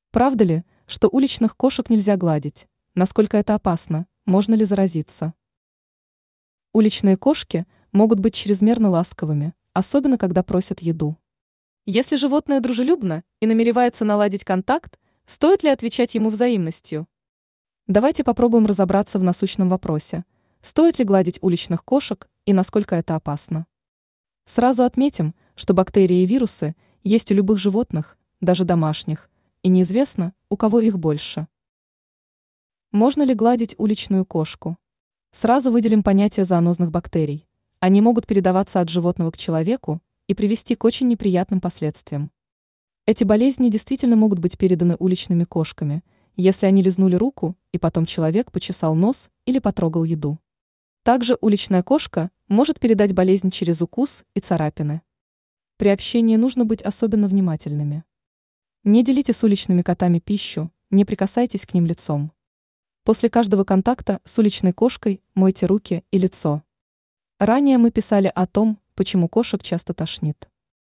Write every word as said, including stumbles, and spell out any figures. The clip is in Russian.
Правда ли, что уличных кошек нельзя гладить? Насколько это опасно? Можно ли заразиться? Уличные кошки могут быть чрезмерно ласковыми, особенно когда просят еду. Если животное дружелюбно и намеревается наладить контакт, стоит ли отвечать ему взаимностью? Давайте попробуем разобраться в насущном вопросе. Стоит ли гладить уличных кошек и насколько это опасно? Сразу отметим, что бактерии и вирусы есть у любых животных, даже домашних, и неизвестно, у кого их больше. Можно ли гладить уличную кошку? Сразу выделим понятие зоонозных бактерий. Они могут передаваться от животного к человеку и привести к очень неприятным последствиям. Эти болезни действительно могут быть переданы уличными кошками, если они лизнули руку и потом человек почесал нос или потрогал еду. Также уличная кошка может передать болезнь через укус и царапины. При общении нужно быть особенно внимательными. Не делите с уличными котами пищу, не прикасайтесь к ним лицом. После каждого контакта с уличной кошкой мойте руки и лицо. Ранее мы писали о том, почему кошек часто тошнит.